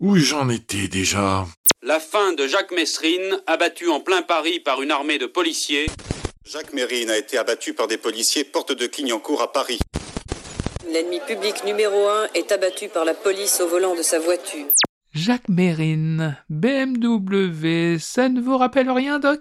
Où j'en étais déjà ? La fin de Jacques Messrine, abattu en plein Paris par une armée de policiers. Jacques Mérine a été abattu par des policiers porte de Clignancourt à Paris. L'ennemi public numéro 1 est abattu par la police au volant de sa voiture. Jacques Mérine, BMW, ça ne vous rappelle rien, Doc ?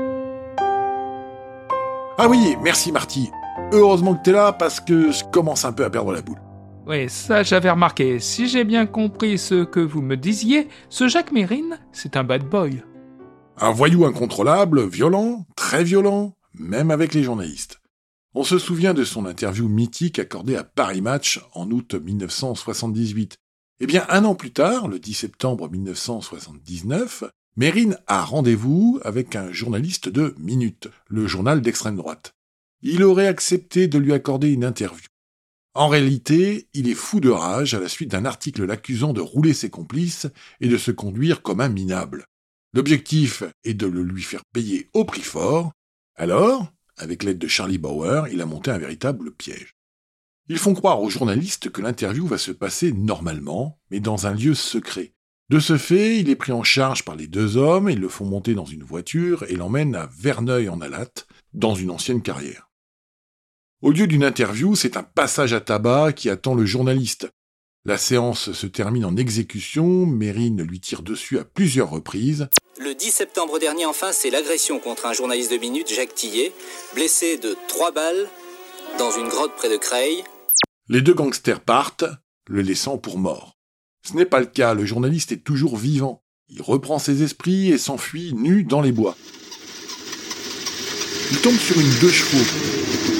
Ah oui, merci Marty. Heureusement que t'es là parce que je commence un peu à perdre la boule. Oui, ça j'avais remarqué. Si j'ai bien compris ce que vous me disiez, ce Jacques Mérine, c'est un bad boy. Un voyou incontrôlable, violent, très violent, même avec les journalistes. On se souvient de son interview mythique accordée à Paris Match en août 1978. Eh bien, un an plus tard, le 10 septembre 1979, Mérine a rendez-vous avec un journaliste de Minute, le journal d'extrême droite. Il aurait accepté de lui accorder une interview. En réalité, il est fou de rage à la suite d'un article l'accusant de rouler ses complices et de se conduire comme un minable. L'objectif est de le lui faire payer au prix fort. Alors, avec l'aide de Charlie Bauer, il a monté un véritable piège. Ils font croire aux journalistes que l'interview va se passer normalement, mais dans un lieu secret. De ce fait, il est pris en charge par les deux hommes, ils le font monter dans une voiture et l'emmènent à Verneuil-en-Alatte, dans une ancienne carrière. Au lieu d'une interview, c'est un passage à tabac qui attend le journaliste. La séance se termine en exécution, Mérine lui tire dessus à plusieurs reprises. Le 10 septembre dernier, enfin, c'est l'agression contre un journaliste de Minute, Jacques Tillet, blessé de 3 balles dans une grotte près de Creil. Les deux gangsters partent, le laissant pour mort. Ce n'est pas le cas, le journaliste est toujours vivant. Il reprend ses esprits et s'enfuit nu dans les bois. Il tombe sur une 2 chevaux.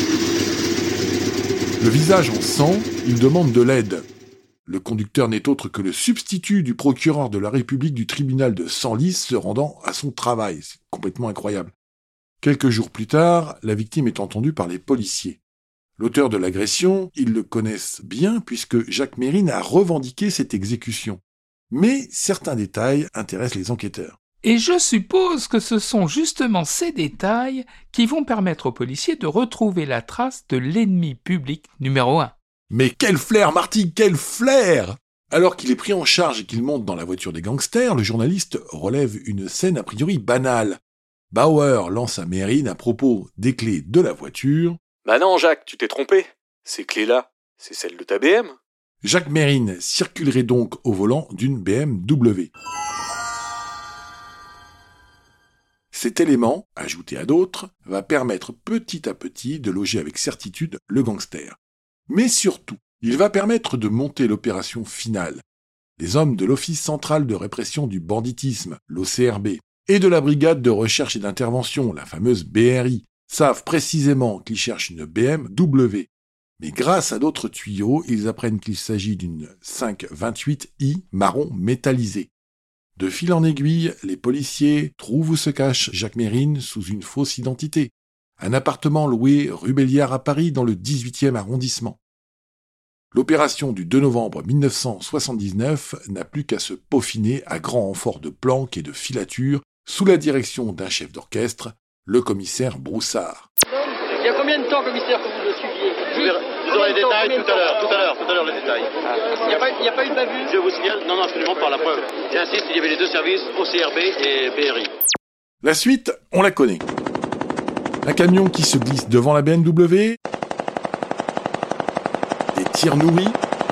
Le visage en sang, il demande de l'aide. Le conducteur n'est autre que le substitut du procureur de la République du tribunal de Senlis se rendant à son travail. C'est complètement incroyable. Quelques jours plus tard, la victime est entendue par les policiers. L'auteur de l'agression, ils le connaissent bien puisque Jacques Mérine a revendiqué cette exécution. Mais certains détails intéressent les enquêteurs. Et je suppose que ce sont justement ces détails qui vont permettre aux policiers de retrouver la trace de l'ennemi public numéro 1. Mais quel flair, Marty, quel flair! Alors qu'il est pris en charge et qu'il monte dans la voiture des gangsters, le journaliste relève une scène a priori banale. Bauer lance à Mérine à propos des clés de la voiture. Bah non, Jacques, tu t'es trompé. Ces clés-là, c'est celles de ta BM. Jacques Mérine circulerait donc au volant d'une BMW. Cet élément, ajouté à d'autres, va permettre petit à petit de loger avec certitude le gangster. Mais surtout, il va permettre de monter l'opération finale. Les hommes de l'Office central de répression du banditisme, l'OCRB, et de la brigade de recherche et d'intervention, la fameuse BRI, savent précisément qu'ils cherchent une BMW. Mais grâce à d'autres tuyaux, ils apprennent qu'il s'agit d'une 528i marron métallisée. De fil en aiguille, les policiers trouvent où se cache Jacques Mérine sous une fausse identité. Un appartement loué rue Belliard à Paris dans le 18e arrondissement. L'opération du 2 novembre 1979 n'a plus qu'à se peaufiner à grand renfort de planques et de filatures sous la direction d'un chef d'orchestre, le commissaire Broussard. Il y a combien de temps, commissaire, que vous le suiviez? Vous aurez les détails tout à l'heure les détails. Il n'y a pas eu de bavure? Je vous signale, non, absolument pas, la preuve. J'insiste, il y avait les deux services, OCRB et BRI. La suite, on la connaît. Un camion qui se glisse devant la BMW, des tirs nourris,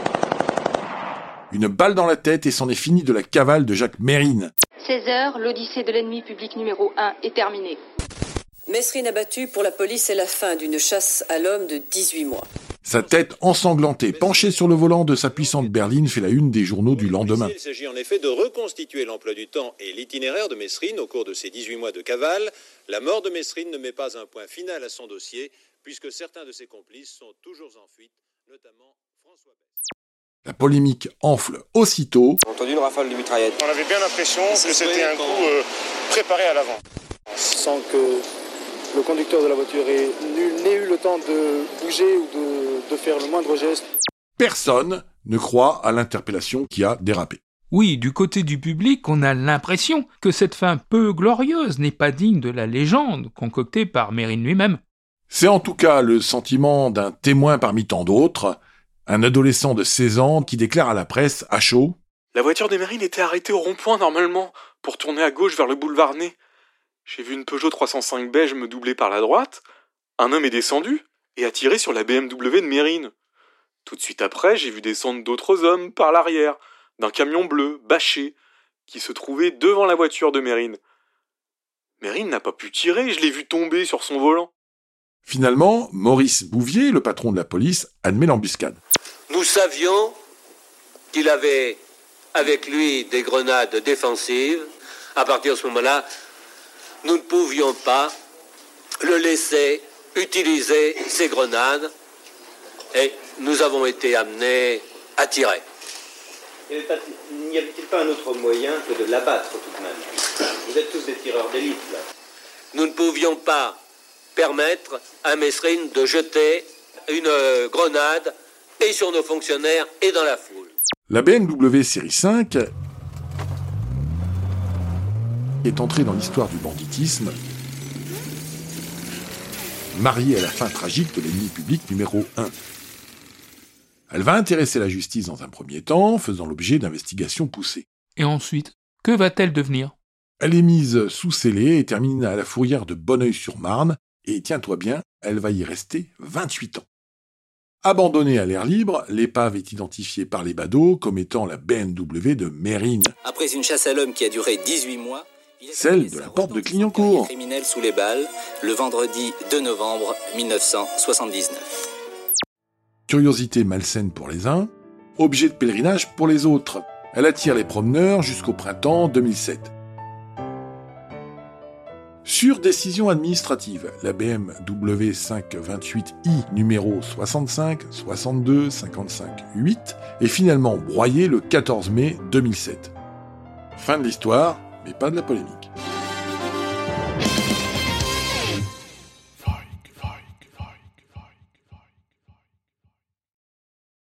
une balle dans la tête et c'en est fini de la cavale de Jacques Mérine. 16h, l'odyssée de l'ennemi public numéro 1 est terminée. Messrine abattu pour la police et la fin d'une chasse à l'homme de 18 mois. Sa tête ensanglantée, penchée sur le volant de sa puissante berline, fait la une des journaux du lendemain. Il s'agit en effet de reconstituer l'emploi du temps et l'itinéraire de Messrine au cours de ces 18 mois de cavale. La mort de Messrine ne met pas un point final à son dossier, puisque certains de ses complices sont toujours en fuite, notamment François Besse. La polémique enfle aussitôt. On a entendu une rafale de mitraillettes. On avait bien l'impression que c'était un coup préparé à l'avant. Sans que le conducteur de la voiture n'ait eu le temps de bouger ou de faire le moindre geste. Personne ne croit à l'interpellation qui a dérapé. Oui, du côté du public, on a l'impression que cette fin peu glorieuse n'est pas digne de la légende concoctée par Mérine lui-même. C'est en tout cas le sentiment d'un témoin parmi tant d'autres, un adolescent de 16 ans qui déclare à la presse à chaud : La voiture de Mérine était arrêtée au rond-point normalement, pour tourner à gauche vers le boulevard Ney. J'ai vu une Peugeot 305 beige me doubler par la droite. Un homme est descendu et a tiré sur la BMW de Mérine. Tout de suite après, j'ai vu descendre d'autres hommes par l'arrière, d'un camion bleu, bâché, qui se trouvait devant la voiture de Mérine. Mérine n'a pas pu tirer, je l'ai vu tomber sur son volant. Finalement, Maurice Bouvier, le patron de la police, admet l'embuscade. Nous savions qu'il avait avec lui des grenades défensives. À partir de ce moment-là, nous ne pouvions pas le laisser utiliser ces grenades et nous avons été amenés à tirer. N'y avait-il pas un autre moyen que de l'abattre tout de même? Vous êtes tous des tireurs d'élite, là. Nous ne pouvions pas permettre à Mesrine de jeter une grenade et sur nos fonctionnaires et dans la foule. La BMW série 5 est entrée dans l'histoire du banditisme, mariée à la fin tragique de l'ennemi public numéro 1. Elle va intéresser la justice dans un premier temps, faisant l'objet d'investigations poussées. Et ensuite, que va-t-elle devenir? Elle est mise sous scellé et termine à la fourrière de Bonneuil-sur-Marne, et tiens-toi bien, elle va y rester 28 ans. Abandonnée à l'air libre, l'épave est identifiée par les badauds comme étant la BMW de Mérine. Après une chasse à l'homme qui a duré 18 mois, celle de la porte de Clignancourt. Criminel sous les balles, le vendredi 2 novembre 1979. Curiosité malsaine pour les uns, objet de pèlerinage pour les autres. Elle attire les promeneurs jusqu'au printemps 2007. Sur décision administrative, la BMW 528i numéro 65 62 55 8 est finalement broyée le 14 mai 2007. Fin de l'histoire, mais pas de la polémique.